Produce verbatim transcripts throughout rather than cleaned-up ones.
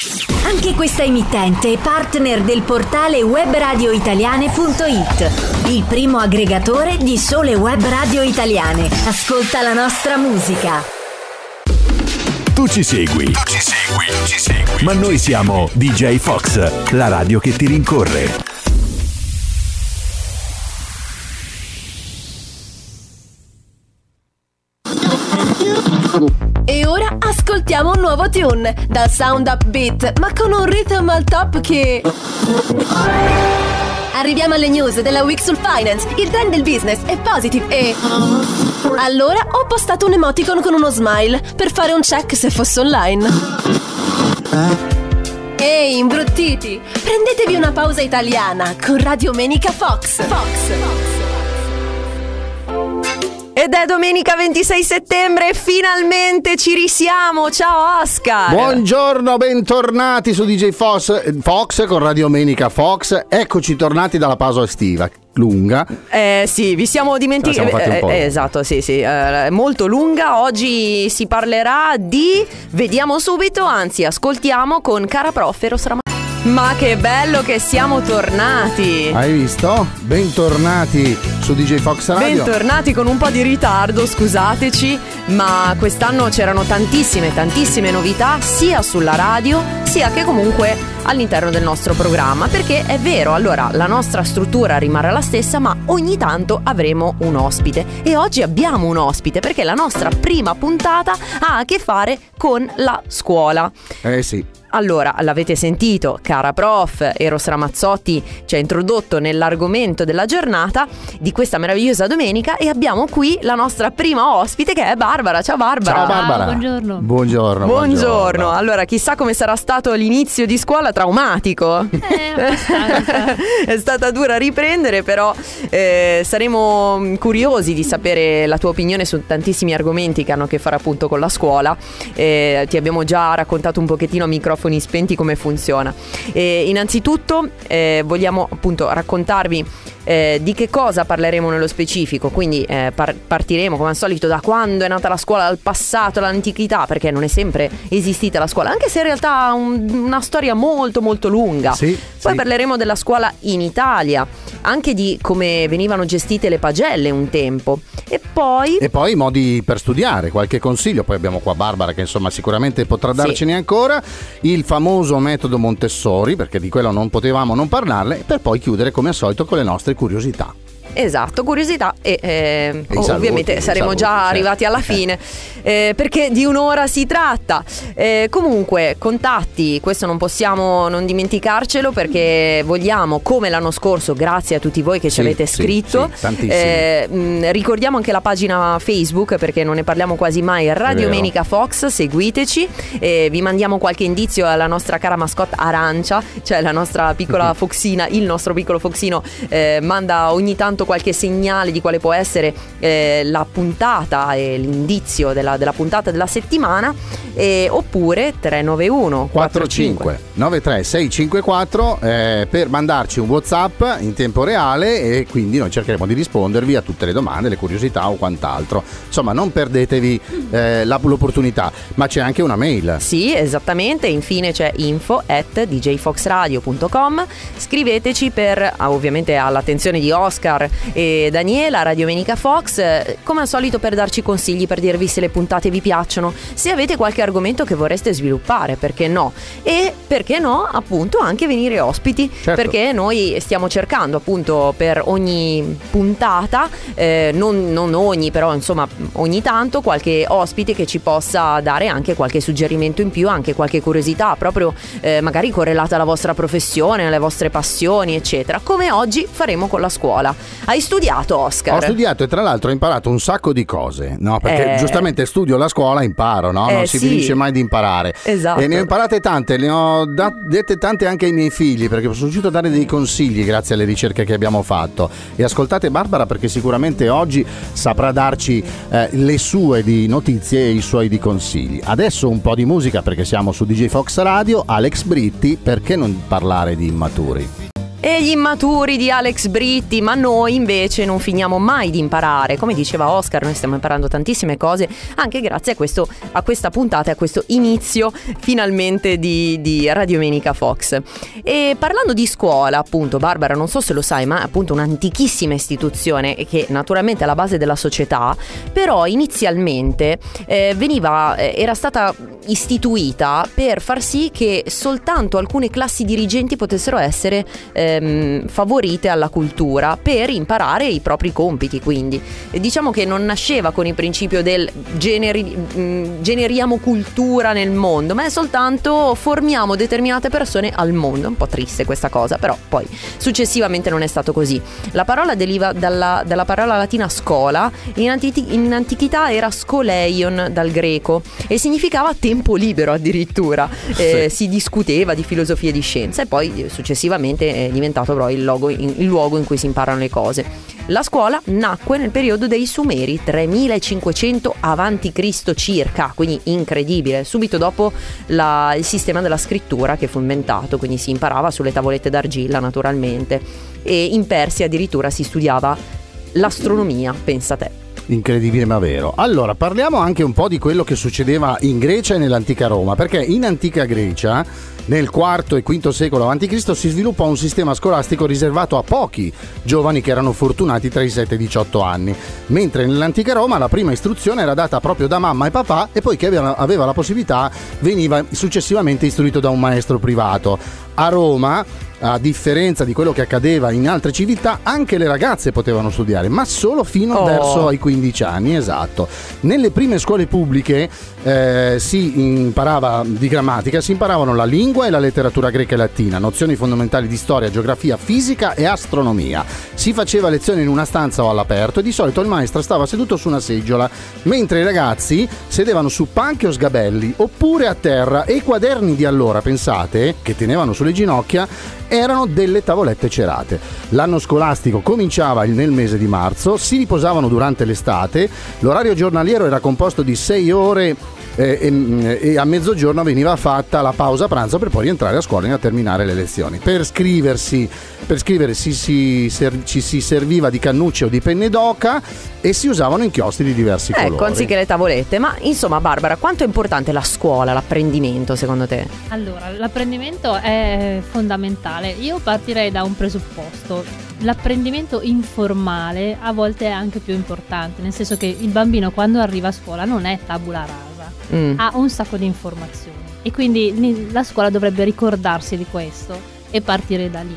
Anche questa emittente è partner del portale web radio italiane punto it, il primo aggregatore di sole web radio italiane. Ascolta la nostra musica. Tu ci segui. Tu ci segui. Tu ci segui. Ma noi siamo D J Fox, la radio che ti rincorre. E ora ascoltiamo un nuovo tune dal sound upbeat, ma con un rhythm al top che... Arriviamo alle news della week sul finance. Il trend del business è positive e... Allora ho postato un emoticon con uno smile per fare un check se fosse online. Ehi, imbruttiti, prendetevi una pausa italiana con Radio Menica Fox. Fox. Ed è domenica ventisei settembre e finalmente ci risiamo. Ciao Oscar. Buongiorno, bentornati su D J Fox, Fox con Radio Menica Fox. Eccoci tornati dalla pausa estiva lunga. Eh sì, vi siamo dimenticati. Eh, eh, esatto, sì, sì, eh, molto lunga. Oggi si parlerà di... Vediamo subito, anzi ascoltiamo con Cara Prof e Rossramazzotti. Ma che bello che siamo tornati! Hai visto? Bentornati su D J Fox Radio. Bentornati con un po' di ritardo, scusateci, ma quest'anno c'erano tantissime, tantissime novità, sia sulla radio, sia che comunque all'interno del nostro programma. Perché è vero, allora la nostra struttura rimarrà la stessa, ma ogni tanto avremo un ospite. E oggi abbiamo un ospite perché la nostra prima puntata ha a che fare con la scuola. Eh sì. Allora, l'avete sentito, Cara Prof, Eros Ramazzotti ci ha introdotto nell'argomento della giornata di questa meravigliosa domenica e abbiamo qui la nostra prima ospite che è Barbara. Ciao Barbara. Ciao Barbara. Ciao, buongiorno. Buongiorno. Buongiorno. Buongiorno. Allora, chissà come sarà stato l'inizio di scuola, traumatico. Eh, abbastanza. È stata dura a riprendere, però eh, saremo curiosi di sapere la tua opinione su tantissimi argomenti che hanno a che fare appunto con la scuola. Eh, ti abbiamo già raccontato un pochettino a microfono spenti come funziona. E innanzitutto eh, vogliamo appunto raccontarvi eh, di che cosa parleremo nello specifico. Quindi eh, par- partiremo come al solito da quando è nata la scuola, dal passato, dall'antichità, perché non è sempre esistita la scuola, anche se in realtà ha un- una storia molto molto lunga. Sì, Poi sì. parleremo della scuola in Italia, anche di come venivano gestite le pagelle un tempo. E poi E poi i modi per studiare, qualche consiglio. Poi abbiamo qua Barbara che insomma sicuramente potrà darcene Sì. ancora. Il famoso metodo Montessori, perché di quello non potevamo non parlarle. Per poi chiudere come al solito con le nostre curiosità. Esatto, curiosità e, eh, E i saluti, ovviamente i saremo saluti, già certo. arrivati alla fine eh, perché di un'ora si tratta. Eh, comunque contatti, questo non possiamo non dimenticarcelo, perché vogliamo, come l'anno scorso, grazie a tutti voi che ci Sì, avete sì, scritto, sì, tantissimi. eh, mh, ricordiamo anche la pagina Facebook, perché non ne parliamo quasi mai, Radio vero. Menica Fox, seguiteci, eh, vi mandiamo qualche indizio alla nostra cara mascotte Arancia, cioè la nostra piccola foxina, il nostro piccolo foxino eh, manda ogni tanto qualche segnale di quale può essere eh, la puntata e l'indizio della, della puntata della settimana, eh, oppure tre nove uno quattro cinque nove tre sei cinque quattro eh, per mandarci un WhatsApp in tempo reale, e quindi noi cercheremo di rispondervi a tutte le domande, le curiosità o quant'altro. Insomma, non perdetevi eh, la, l'opportunità. Ma c'è anche una mail. Sì, esattamente. Infine c'è info at d j fox radio punto com. Scriveteci per, ah, ovviamente all'attenzione di Oscar e Daniela, Radio Menica Fox, eh, come al solito per darci consigli, per dirvi se le puntate vi piacciono, se avete qualche argomento che vorreste sviluppare, perché no, e perché no appunto anche venire ospiti, Certo. perché noi stiamo cercando appunto per ogni puntata, eh, non, non ogni però insomma ogni tanto, qualche ospite che ci possa dare anche qualche suggerimento in più, anche qualche curiosità proprio eh, magari correlata alla vostra professione, alle vostre passioni eccetera, come oggi faremo con la scuola. Hai studiato, Oscar? Ho studiato e tra l'alro ho imparato un sacco di cose, no? Perché Eh. giustamente studio la scuola, imparo, no? Eh, Non si sì. finisce mai di imparare. Esatto. E ne ho imparate tante, ne ho da- dette tante anche ai miei figli, perché sono riuscito a dare dei consigli grazie alle ricerche che abbiamo fatto. E ascoltate Barbara, perché sicuramente oggi saprà darci eh, le sue di notizie e i suoi di consigli. Adesso un po' di musica, perché siamo su D J Fox Radio. Alex Britti, perché non parlare di immaturi? e gli immaturi di Alex Britti, ma noi invece non finiamo mai di imparare. Come diceva Oscar, noi stiamo imparando tantissime cose anche grazie a questo, a questa puntata e a questo inizio finalmente di, di Radio Menica Fox. E parlando di scuola, appunto, Barbara, non so se lo sai, ma è appunto un'antichissima istituzione che naturalmente è alla base della società, però inizialmente eh, veniva, eh, era stata istituita per far sì che soltanto alcune classi dirigenti potessero essere ehm, favorite alla cultura per imparare i propri compiti. Quindi e diciamo che non nasceva con il principio del generi, mh, generiamo cultura nel mondo, ma è soltanto formiamo determinate persone al mondo. È un po' triste questa cosa, però poi successivamente non è stato così. La parola deriva dalla, dalla parola latina scola, in, antichi, in antichità era skoleion dal greco e significava tempo libero addirittura. Eh, sì. Si discuteva di filosofia e di scienza e poi successivamente è diventato però il, logo, in, il luogo in cui si imparano le cose. La scuola nacque nel periodo dei Sumeri, tremilacinquecento avanti Cristo circa, quindi incredibile, subito dopo la, il sistema della scrittura che fu inventato, quindi si imparava sulle tavolette d'argilla naturalmente, e in Persia addirittura si studiava l'astronomia, pensa te. Incredibile ma vero. Allora parliamo anche un po' di quello che succedeva in Grecia e nell'antica Roma, perché in antica Grecia nel quarto e quinto secolo avanti Cristo si sviluppò un sistema scolastico riservato a pochi giovani che erano fortunati tra i sette e i diciotto anni, mentre nell'antica Roma la prima istruzione era data proprio da mamma e papà e poi chi aveva, aveva la possibilità veniva successivamente istruito da un maestro privato. A Roma, a differenza di quello che accadeva in altre civiltà, anche le ragazze potevano studiare, ma solo fino oh. verso i quindici anni, esatto. Nelle prime scuole pubbliche eh, si imparava di grammatica, si imparavano la lingua e la letteratura greca e latina, nozioni fondamentali di storia, geografia, fisica e astronomia. Si faceva lezione in una stanza o all'aperto e di solito il maestro stava seduto su una seggiola, mentre i ragazzi sedevano su panche o sgabelli oppure a terra, e i quaderni di allora, pensate, che tenevano sulle ginocchia, erano delle tavolette cerate. L'anno scolastico cominciava nel mese di marzo, si riposavano durante l'estate, l'orario giornaliero era composto di sei ore eh, e, e a mezzogiorno veniva fatta la pausa pranzo per poi rientrare a scuola e a terminare le lezioni. Per scriversi, per scrivere si, si, ser, ci si serviva di cannucce o di penne d'oca e si usavano inchiostri di diversi ecco, colori. Ecco, anziché le tavolette. Ma insomma, Barbara, quanto è importante la scuola, l'apprendimento secondo te? Allora, l'apprendimento è fondamentale. Io partirei da un presupposto. L'apprendimento informale a volte è anche più importante, nel senso che il bambino quando arriva a scuola non è tabula rasa, mm. ha un sacco di informazioni e quindi la scuola dovrebbe ricordarsi di questo e partire da lì.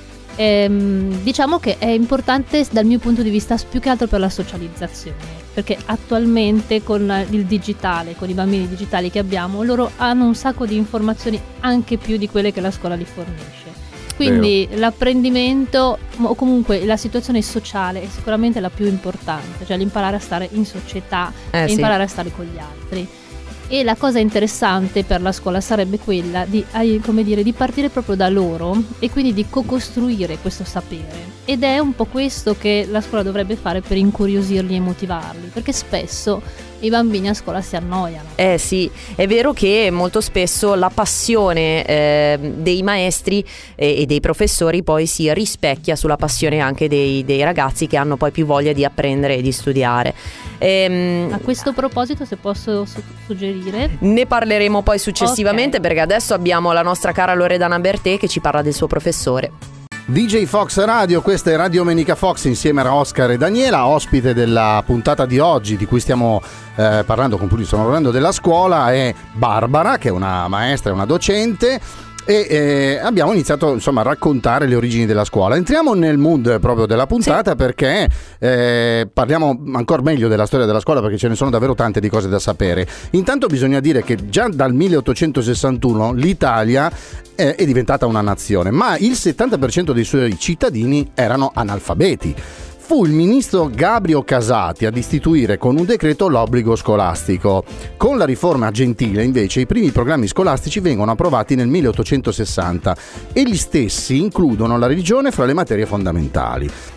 Ehm, diciamo che è importante dal mio punto di vista più che altro per la socializzazione, perché attualmente con il digitale, con i bambini digitali che abbiamo, loro hanno un sacco di informazioni anche più di quelle che la scuola li fornisce. Quindi Vero. L'apprendimento o comunque la situazione sociale è sicuramente la più importante, cioè l'imparare a stare in società eh, e sì. imparare a stare con gli altri. E la cosa interessante per la scuola sarebbe quella di, come dire, di partire proprio da loro e quindi di co-costruire questo sapere. Ed è un po' questo che la scuola dovrebbe fare per incuriosirli e motivarli, perché spesso i bambini a scuola si annoiano. Eh sì, è vero che molto spesso la passione eh, dei maestri e, e dei professori poi si rispecchia sulla passione anche dei, dei ragazzi che hanno poi più voglia di apprendere e di studiare. Ehm, a questo proposito, se posso su- suggerire, ne parleremo poi successivamente, okay. Perché adesso abbiamo la nostra cara Loredana Bertè che ci parla del suo professore. D J Fox Radio, questa è Radio Menica Fox insieme a Oscar e Daniela, ospite della puntata di oggi di cui stiamo eh, parlando, con cui stiamo parlando della scuola, è Barbara, che è una maestra e una docente. E eh, abbiamo iniziato insomma a raccontare le origini della scuola. Entriamo nel mood proprio della puntata, sì. Perché eh, parliamo ancora meglio della storia della scuola, perché ce ne sono davvero tante di cose da sapere. Intanto bisogna dire che già dal milleottocentosessantuno l'Italia è, è diventata una nazione, ma il settanta per cento dei suoi cittadini erano analfabeti. Fu il ministro Gabriel Casati ad istituire con un decreto l'obbligo scolastico. Con la riforma Gentile, invece, i primi programmi scolastici vengono approvati nel milleottocentosessanta e gli stessi includono la religione fra le materie fondamentali.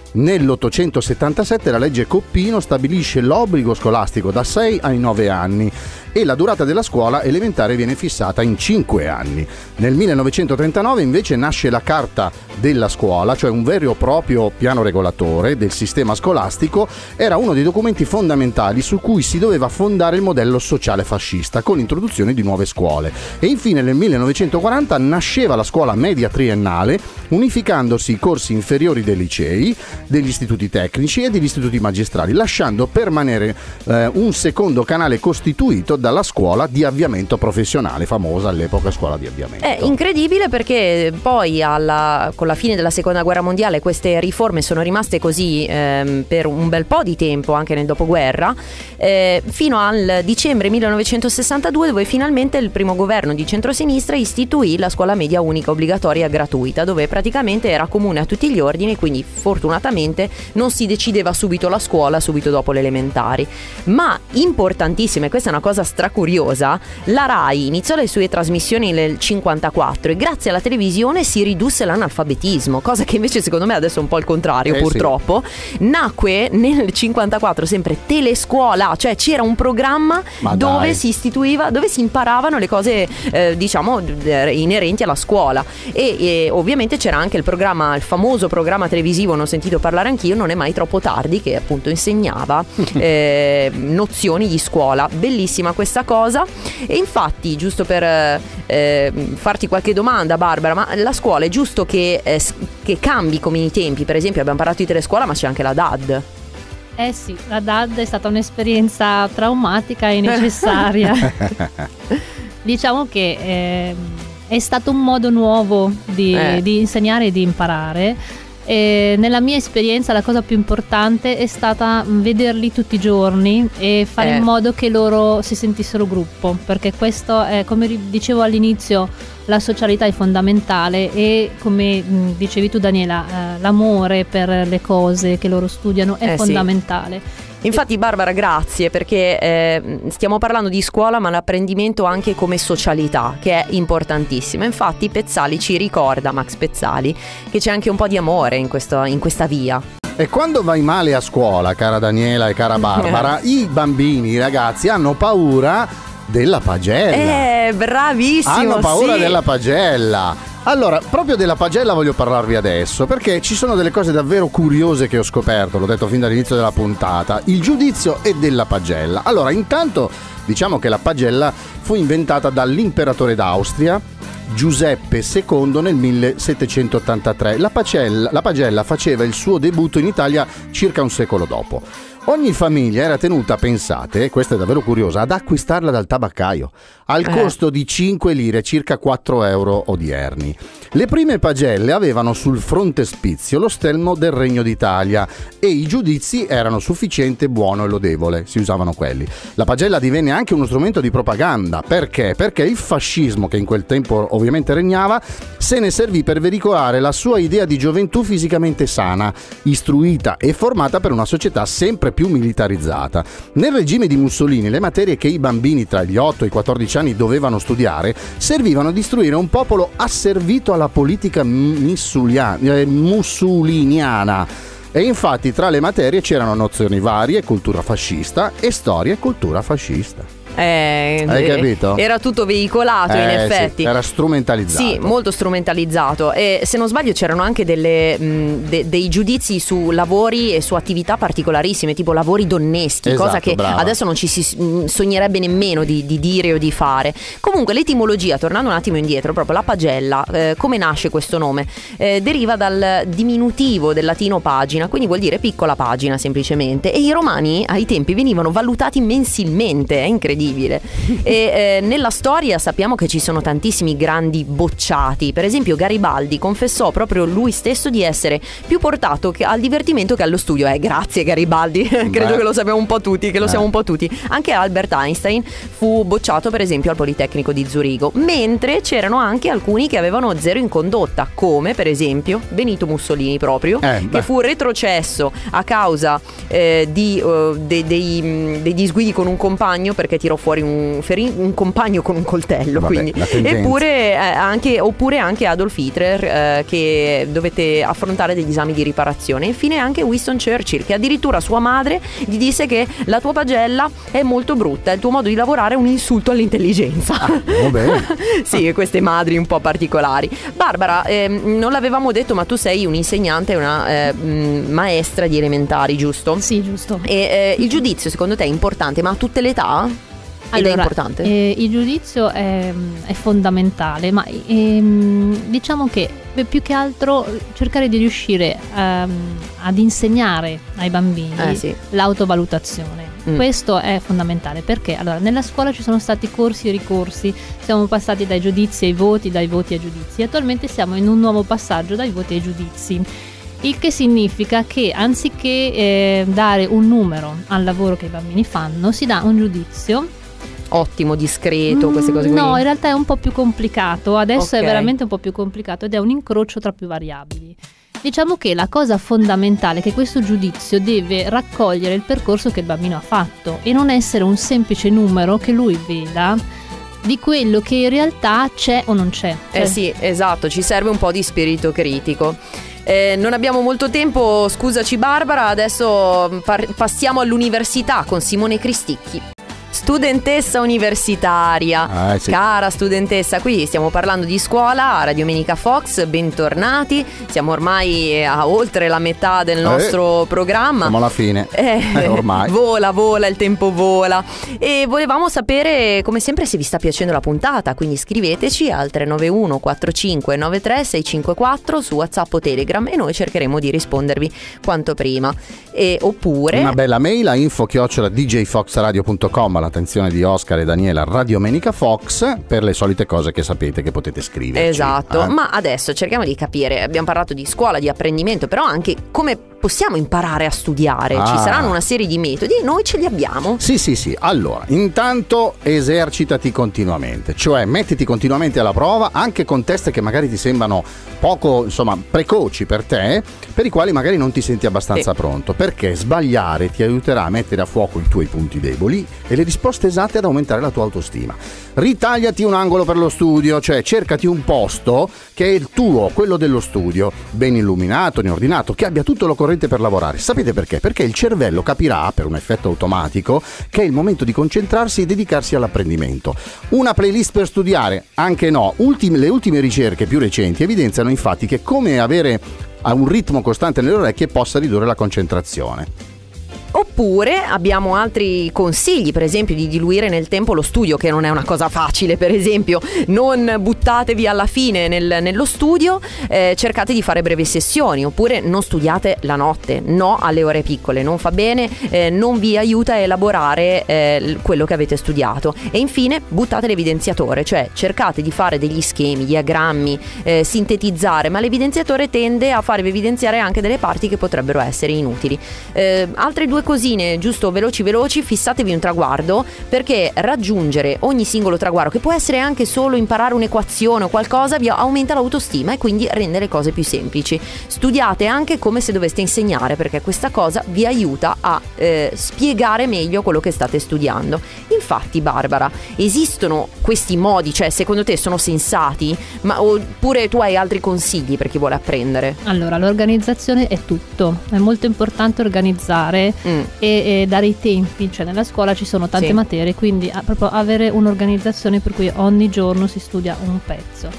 Nell'ottocentosettantasette la legge Coppino stabilisce l'obbligo scolastico da sei ai nove anni e la durata della scuola elementare viene fissata in cinque anni. Nel millenovecentotrentanove invece nasce la Carta della Scuola, cioè un vero e proprio piano regolatore del sistema scolastico. Era uno dei documenti fondamentali su cui si doveva fondare il modello sociale fascista con l'introduzione di nuove scuole. E infine nel millenovecentoquaranta nasceva la scuola media triennale, unificandosi i corsi inferiori dei licei, degli istituti tecnici e degli istituti magistrali, lasciando permanere eh, un secondo canale costituito dalla scuola di avviamento professionale, famosa all'epoca scuola di avviamento. È incredibile perché poi alla, con la fine della seconda guerra mondiale queste riforme sono rimaste così ehm, per un bel po' di tempo, anche nel dopoguerra, eh, fino al dicembre millenovecentosessantadue, dove finalmente il primo governo di centrosinistra istituì la scuola media unica obbligatoria gratuita, dove praticamente era comune a tutti gli ordini, quindi fortunatamente non si decideva subito la scuola subito dopo le elementari. Ma importantissima, e questa è una cosa stracuriosa, la RAI iniziò le sue trasmissioni nel cinquantaquattro e grazie alla televisione si ridusse l'analfabetismo, cosa che invece secondo me adesso è un po' il contrario, eh purtroppo. Sì. Nacque nel cinquantaquattro sempre Telescuola, cioè c'era un programma Ma dove dai. si istituiva, dove si imparavano le cose eh, diciamo inerenti alla scuola e, e ovviamente c'era anche il programma, il famoso programma televisivo, ne ho sentito parlare anch'io, Non è mai troppo tardi, che appunto insegnava eh, nozioni di scuola. Bellissima questa cosa. E infatti, giusto per eh, farti qualche domanda, Barbara, ma la scuola è giusto che, eh, che cambi come i tempi? Per esempio abbiamo parlato di telescuola, ma c'è anche la D A D. Eh sì, la D A D è stata un'esperienza traumatica e necessaria. Diciamo che eh, è stato un modo nuovo di, Eh. di insegnare e di imparare. E nella mia esperienza la cosa più importante è stata vederli tutti i giorni e fare Eh. in modo che loro si sentissero gruppo, perché questo è, come ri- dicevo all'inizio, la socialità è fondamentale e come mh, dicevi tu Daniela, eh, l'amore per le cose che loro studiano è Eh, sì. fondamentale. Infatti Barbara, grazie, perché eh, stiamo parlando di scuola, ma l'apprendimento anche come socialità, che è importantissima. Infatti Pezzali ci ricorda, Max Pezzali, che c'è anche un po' di amore in, questo, in questa via. E quando vai male a scuola, cara Daniela e cara Barbara, i bambini, i ragazzi hanno paura della pagella. Eh, bravissimo. Hanno paura sì. della pagella. Allora, proprio della pagella voglio parlarvi adesso, perché ci sono delle cose davvero curiose che ho scoperto, l'ho detto fin dall'inizio della puntata, il giudizio è della pagella. Allora, intanto diciamo che la pagella fu inventata dall'imperatore d'Austria Giuseppe secondo nel millesettecentottantatré. La pagella, la pagella faceva il suo debutto in Italia circa un secolo dopo. Ogni famiglia era tenuta, pensate, questa è davvero curiosa, ad acquistarla dal tabaccaio al Eh. costo di cinque lire, circa quattro euro odierni. Le prime pagelle avevano sul frontespizio lo stemma del Regno d'Italia e i giudizi erano sufficiente, buono e lodevole, si usavano quelli. La pagella divenne anche uno strumento di propaganda. Perché? Perché il fascismo, che in quel tempo ovviamente regnava, se ne servì per veicolare la sua idea di gioventù fisicamente sana, istruita e formata per una società sempre più militarizzata. Nel regime di Mussolini le materie che i bambini tra gli otto e i quattordici anni dovevano studiare servivano ad istruire un popolo asservito alla politica missulia- eh, mussoliniana. E infatti tra le materie c'erano nozioni varie, cultura fascista e storia e cultura fascista. Eh, Hai eh, capito? Era tutto veicolato in Eh, effetti. sì, era strumentalizzato. Sì, molto strumentalizzato. E se non sbaglio c'erano anche delle, mh, de- dei giudizi su lavori e su attività particolarissime, tipo lavori donneschi, Esatto, cosa che brava. adesso non ci si mh, sognerebbe nemmeno di, di dire o di fare. Comunque l'etimologia, tornando un attimo indietro, proprio la pagella, eh, come nasce questo nome? Eh, deriva dal diminutivo del latino pagina, quindi vuol dire piccola pagina semplicemente. E i romani ai tempi venivano valutati mensilmente, è incredibile. E eh, nella storia sappiamo che ci sono tantissimi grandi bocciati. Per esempio Garibaldi confessò proprio lui stesso di essere più portato che al divertimento che allo studio. Eh, grazie Garibaldi. Credo che lo sappiamo un po' tutti, che lo Eh. siamo un po' tutti. Anche Albert Einstein fu bocciato per esempio al Politecnico di Zurigo, mentre c'erano anche alcuni che avevano zero in condotta, come per esempio Benito Mussolini proprio, Eh, beh. che fu retrocesso a causa eh, di, uh, de- dei, mh, dei disguidi con un compagno perché tirò fuori un, ferì un compagno con un coltello. Vabbè, quindi. Eppure, eh, anche, oppure anche Adolf Hitler, eh, che dovette affrontare degli esami di riparazione. E infine anche Winston Churchill, che addirittura sua madre gli disse che la tua pagella è molto brutta, il tuo modo di lavorare è un insulto all'intelligenza. Ah, vabbè. Sì, queste madri un po' particolari. Barbara, ehm, non l'avevamo detto, ma tu sei un'insegnante, una eh, maestra di elementari, giusto? Sì, giusto. E eh, il giudizio secondo te è importante, ma a tutte le età? Ed Allora, è importante? Eh, il giudizio è, è fondamentale, ma ehm, diciamo che più che altro cercare di riuscire um, ad insegnare ai bambini eh, sì. l'autovalutazione. Mm. Questo è fondamentale perché allora, nella scuola ci sono stati corsi e ricorsi, siamo passati dai giudizi ai voti, dai voti ai giudizi. Attualmente siamo in un nuovo passaggio dai voti ai giudizi. Il che significa che anziché eh, dare un numero al lavoro che i bambini fanno, si dà un giudizio ottimo, discreto, queste cose qui? No, in realtà è un po' più complicato. Adesso okay. è veramente un po' più complicato ed è un incrocio tra più variabili. Diciamo che la cosa fondamentale è che questo giudizio deve raccogliere il percorso che il bambino ha fatto e non essere un semplice numero che lui veda di quello che in realtà c'è o non c'è. Eh sì, esatto, ci serve un po' di spirito critico. Eh, non abbiamo molto tempo, scusaci Barbara, adesso par- passiamo all'università con Simone Cristicchi. Studentessa universitaria, eh, sì. Cara studentessa, qui stiamo parlando di scuola, Radio Menica Fox, bentornati, siamo ormai a oltre la metà del nostro eh, programma. Siamo alla fine, eh, eh, ormai. Vola, vola, il tempo vola. E volevamo sapere, come sempre, se vi sta piacendo la puntata, quindi scriveteci al tre nove uno quattro cinque nove tre sei cinque quattro su WhatsApp o Telegram e noi cercheremo di rispondervi quanto prima. E oppure una bella mail a info chiocciola d j fox radio punto com, all'attenzione di Oscar e Daniela, Radio Menica Fox, per le solite cose che sapete che potete scriverci. Esatto, eh? ma adesso cerchiamo di capire, abbiamo parlato di scuola, di apprendimento, però anche come possiamo imparare a studiare. Ah. Ci saranno una serie di metodi e noi ce li abbiamo. Sì, sì, sì. Allora, intanto esercitati continuamente, cioè mettiti continuamente alla prova anche con test che magari ti sembrano poco, insomma, precoci per te, per i quali magari non ti senti abbastanza sì. pronto, perché sbagliare ti aiuterà a mettere a fuoco i tuoi punti deboli e le risposte esatte ad aumentare la tua autostima. Ritagliati un angolo per lo studio, cioè cercati un posto che è il tuo, quello dello studio, ben illuminato, ben ordinato, che abbia tutto l'occorrente per lavorare. Sapete perché? Perché il cervello capirà, per un effetto automatico, che è il momento di concentrarsi e dedicarsi all'apprendimento. Una playlist per studiare? Anche no. Ultime, le ultime ricerche più recenti evidenziano infatti che come avere un ritmo costante nelle orecchie possa ridurre la concentrazione. Oppure abbiamo altri consigli, per esempio di diluire nel tempo lo studio, che non è una cosa facile. Per esempio, non buttatevi alla fine nel, nello studio, eh, cercate di fare brevi sessioni, oppure non studiate la notte, no alle ore piccole, non fa bene, eh, non vi aiuta a elaborare eh, quello che avete studiato. E infine buttate l'evidenziatore, cioè cercate di fare degli schemi, diagrammi, eh, sintetizzare, ma l'evidenziatore tende a farvi evidenziare anche delle parti che potrebbero essere inutili. Eh, altre due cosine, giusto veloci veloci, fissatevi un traguardo, perché raggiungere ogni singolo traguardo, che può essere anche solo imparare un'equazione o qualcosa, vi aumenta l'autostima e quindi rende le cose più semplici. Studiate anche come se doveste insegnare, perché questa cosa vi aiuta a eh, spiegare meglio quello che state studiando. Infatti Barbara, esistono questi modi, cioè secondo te sono sensati, ma oppure tu hai altri consigli per chi vuole apprendere? Allora, l'organizzazione è tutto, è molto importante organizzare Mm. e, e dare i tempi, cioè nella scuola ci sono tante sì. materie, quindi a, proprio avere un'organizzazione per cui ogni giorno si studia un pezzo.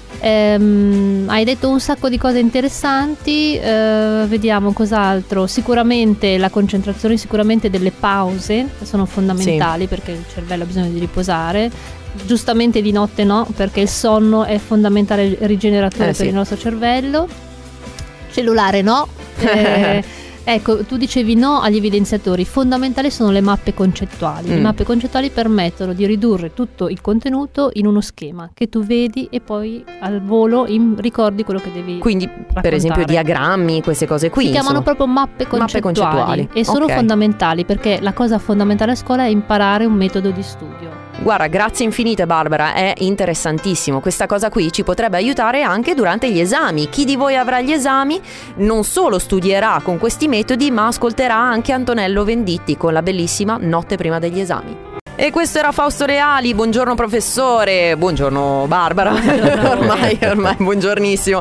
Ehm, hai detto un sacco di cose interessanti, eh, vediamo cos'altro. Sicuramente la concentrazione, sicuramente delle pause sono fondamentali, sì. perché il cervello ha bisogno di riposare. Giustamente di notte no, perché il sonno è fondamentale rigeneratore eh, per sì. il nostro cervello. Cellulare no. eh, Ecco, tu dicevi no agli evidenziatori. Fondamentali sono le mappe concettuali. Mm. Le mappe concettuali permettono di ridurre tutto il contenuto in uno schema che tu vedi e poi al volo in, ricordi quello che devi Quindi raccontare. Per esempio diagrammi, queste cose qui. Si chiamano insomma. proprio mappe concettuali, mappe concettuali. E sono okay. fondamentali, perché la cosa fondamentale a scuola è imparare un metodo di studio. Guarda, grazie infinite Barbara, è interessantissimo. Questa cosa qui ci potrebbe aiutare anche durante gli esami. Chi di voi avrà gli esami non solo studierà con questi metodi, ma ascolterà anche Antonello Venditti con la bellissima Notte prima degli esami. E questo era Fausto Reali, buongiorno professore, buongiorno Barbara, buongiorno. ormai, ormai buongiornissimo.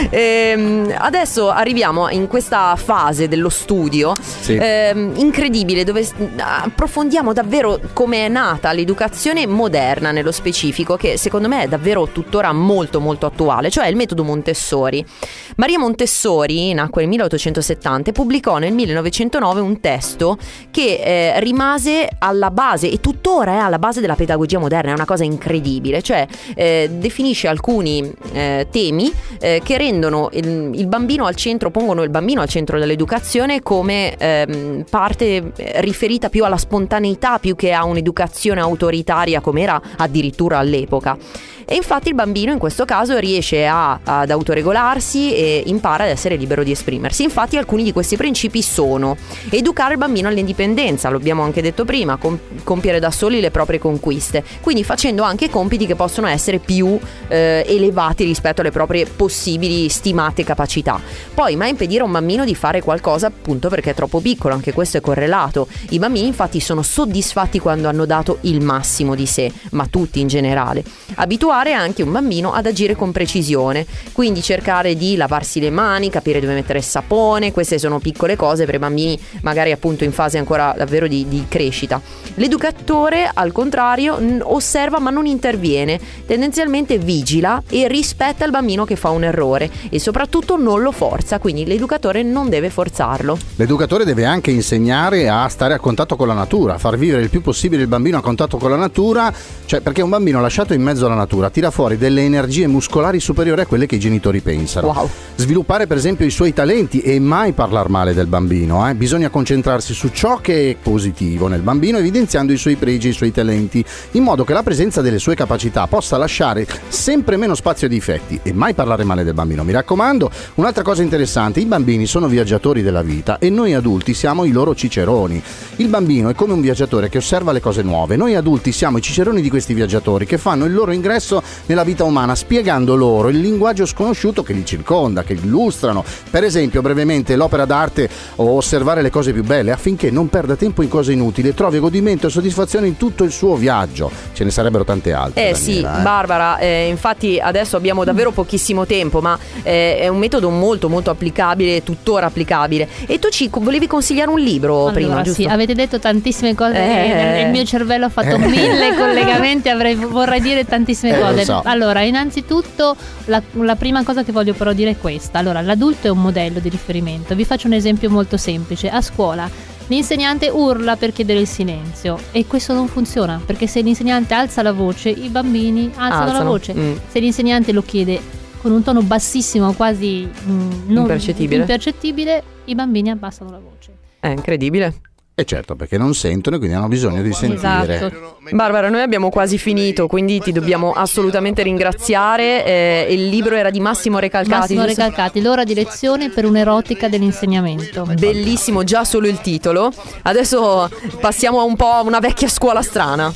E adesso arriviamo in questa fase dello studio, sì. eh, incredibile, dove approfondiamo davvero come è nata l'educazione moderna nello specifico, che secondo me è davvero tuttora molto molto attuale, cioè il metodo Montessori. Maria Montessori nacque nel milleottocentosettanta e pubblicò nel millenovecentonove un testo che eh, rimase alla base e tuttora è alla base della pedagogia moderna. È una cosa incredibile, cioè eh, definisce alcuni eh, temi eh, che rendono il, il bambino al centro, pongono il bambino al centro dell'educazione come ehm, parte riferita più alla spontaneità più che a un'educazione autoritaria come era addirittura all'epoca. E infatti il bambino in questo caso riesce a, ad autoregolarsi e impara ad essere libero di esprimersi. Infatti alcuni di questi principi sono: educare il bambino all'indipendenza, lo abbiamo anche detto prima, com- compiere da soli le proprie conquiste, quindi facendo anche compiti che possono essere più eh, elevati rispetto alle proprie possibili stimate capacità. Poi mai impedire a un bambino di fare qualcosa appunto perché è troppo piccolo, anche questo è correlato. I bambini infatti sono soddisfatti quando hanno dato il massimo di sé, ma tutti in generale. Abituare anche un bambino ad agire con precisione, quindi cercare di lavarsi le mani, capire dove mettere il sapone. Queste sono piccole cose per i bambini magari appunto in fase ancora davvero di, di crescita. L'educatore al contrario osserva ma non interviene, tendenzialmente vigila e rispetta il bambino che fa un errore e soprattutto non lo forza, quindi l'educatore non deve forzarlo. L'educatore deve anche insegnare a stare a contatto con la natura, far vivere il più possibile il bambino a contatto con la natura, cioè perché un bambino lasciato in mezzo alla natura tira fuori delle energie muscolari superiori a quelle che i genitori pensano. Wow. Sviluppare per esempio i suoi talenti e mai parlare male del bambino, eh? Bisogna concentrarsi su ciò che è positivo nel bambino, evidenziando i suoi pregi e i suoi talenti, in modo che la presenza delle sue capacità possa lasciare sempre meno spazio ai difetti, e mai parlare male del bambino, mi raccomando. Un'altra cosa interessante: i bambini sono viaggiatori della vita e noi adulti siamo i loro ciceroni. Il bambino è come un viaggiatore che osserva le cose nuove, noi adulti siamo i ciceroni di questi viaggiatori che fanno il loro ingresso nella vita umana, spiegando loro il linguaggio sconosciuto che li circonda, che illustrano, per esempio brevemente l'opera d'arte o osservare le cose più belle, affinché non perda tempo in cose inutili e trovi godimento e soddisfazione in tutto il suo viaggio. Ce ne sarebbero tante altre. Eh Daniela, sì, eh. Barbara, eh, infatti adesso abbiamo davvero pochissimo tempo, ma eh, è un metodo molto molto applicabile, tuttora applicabile. E tu ci volevi consigliare un libro allora, prima, giusto? Sì, avete detto tantissime cose, eh. il mio cervello ha fatto Eh. mille collegamenti, avrei, vorrei dire tantissime Eh, cose. lo so. Allora, innanzitutto la, la prima cosa che voglio però dire è questa. Allora, l'adulto è un modello di riferimento. Vi faccio un esempio molto semplice. A scuola l'insegnante urla per chiedere il silenzio e questo non funziona, perché se l'insegnante alza la voce i bambini alzano, Alzano. la voce. Mm. Se l'insegnante lo chiede con un tono bassissimo, quasi mm, non Impercettibile. impercettibile, i bambini abbassano la voce. È incredibile. E certo, perché non sentono e quindi hanno bisogno di sentire. Esatto. Barbara, noi abbiamo quasi finito, quindi ti dobbiamo assolutamente ringraziare. Eh, il libro era di Massimo Recalcati. Massimo giusto? Recalcati, l'ora di lezione per un'erotica dell'insegnamento. Bellissimo, già solo il titolo. Adesso passiamo a un po' a una vecchia scuola strana.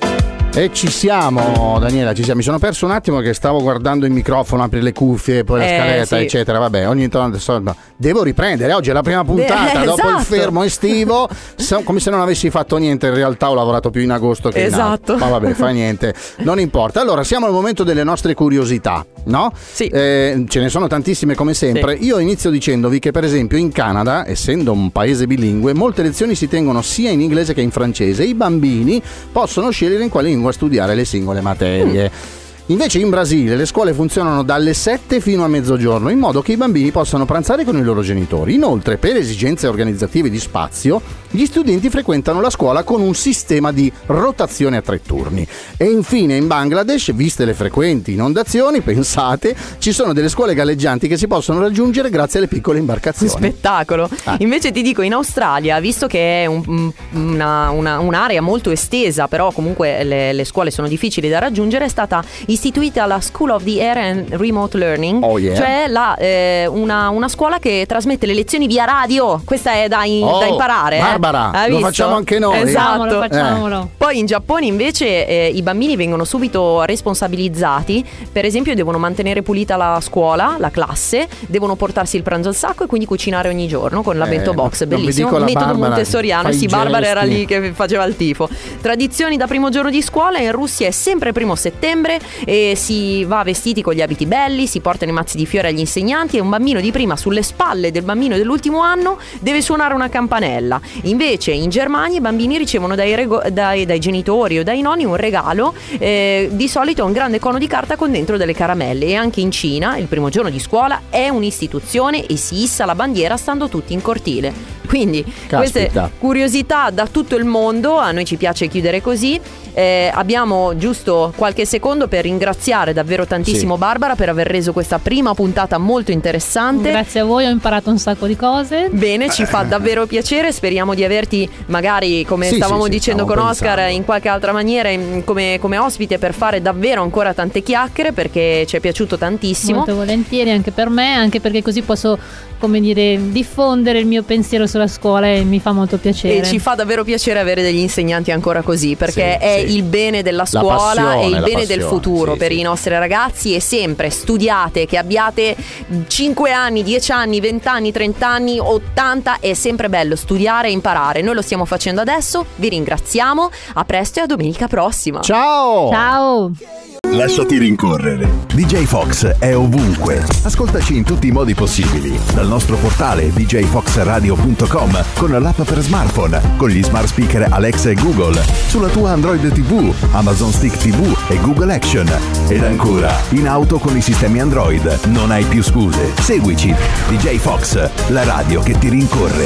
E ci siamo, Daniela, ci siamo. Mi sono perso un attimo che stavo guardando il microfono, aprire le cuffie, poi la Eh, scaletta, sì. eccetera. Vabbè, ogni tanto insomma, devo riprendere. Oggi è la prima puntata, Eh, dopo il esatto. fermo estivo. So- come se non avessi fatto niente. In realtà ho lavorato più in agosto che Esatto. in alto. Ma vabbè, fa niente, non importa. Allora, siamo al momento delle nostre curiosità, no? Sì. Eh, ce ne sono tantissime come sempre. Sì. Io inizio dicendovi che per esempio in Canada, essendo un paese bilingue, molte lezioni si tengono sia in inglese che in francese. I bambini possono scegliere in quale lingua studiare le singole materie. Invece in Brasile le scuole funzionano dalle sette fino a mezzogiorno, in modo che i bambini possano pranzare con i loro genitori. Inoltre, per esigenze organizzative di spazio, gli studenti frequentano la scuola con un sistema di rotazione a tre turni. E infine in Bangladesh, viste le frequenti inondazioni, pensate, ci sono delle scuole galleggianti che si possono raggiungere grazie alle piccole imbarcazioni. Spettacolo. Ah. Invece ti dico, in Australia, visto che è un- una, una- un'area molto estesa, però comunque le, le scuole sono difficili da raggiungere, è stata istituita la School of the Air and Remote Learning, oh, yeah. cioè la, eh, una, una scuola che trasmette le lezioni via radio. Questa è da, in, oh, da imparare. Barbara, eh? lo facciamo anche noi. Esatto. Facciamolo, facciamolo. Eh. Poi in Giappone invece eh, i bambini vengono subito responsabilizzati. Per esempio devono mantenere pulita la scuola, la classe, devono portarsi il pranzo al sacco e quindi cucinare ogni giorno con la Eh, bento box, non vi bellissimo, dico la metodo Barbara, montessoriano. fai Sì, i Barbara era gesti. lì che faceva il tifo. Tradizioni da primo giorno di scuola: in Russia è sempre il primo settembre e si va vestiti con gli abiti belli, si portano i mazzi di fiori agli insegnanti e un bambino di prima sulle spalle del bambino dell'ultimo anno deve suonare una campanella. Invece in Germania i bambini ricevono dai, rego- dai, dai genitori o dai nonni un regalo, eh, di solito un grande cono di carta con dentro delle caramelle. E anche in Cina il primo giorno di scuola è un'istituzione e si issa la bandiera stando tutti in cortile. Quindi Caspita. queste curiosità da tutto il mondo, a noi ci piace chiudere così. Eh, abbiamo giusto qualche secondo per ringraziare davvero tantissimo Sì. Barbara per aver reso questa prima puntata molto interessante. Grazie a voi, ho imparato un sacco di cose. Bene, ci fa davvero piacere. Speriamo di averti magari, come Sì, stavamo sì, sì, dicendo stavo con Oscar, pensando. in qualche altra maniera in- come, come ospite per fare davvero ancora tante chiacchiere, perché ci è piaciuto tantissimo. Molto volentieri anche per me, anche perché così posso, come dire, diffondere il mio pensiero sulla scuola e mi fa molto piacere. E ci fa davvero piacere avere degli insegnanti ancora così, perché Sì, è sì. il bene della scuola passione, e il la bene del passione, futuro sì, per sì. i nostri ragazzi. E sempre studiate, che abbiate cinque anni, dieci anni, venti anni, trenta anni, ottanta, è sempre bello studiare e imparare. Noi lo stiamo facendo adesso, vi ringraziamo, a presto e a domenica prossima. Ciao! Ciao! Lasciati rincorrere. D J Fox è ovunque. Ascoltaci in tutti i modi possibili. Dal nostro portale d j fox radio punto com, con l'app per smartphone, con gli smart speaker Alexa e Google, sulla tua Android tivù, Amazon Stick tivù e Google Action. Ed ancora, in auto con i sistemi Android. Non hai più scuse. Seguici. D J Fox, la radio che ti rincorre.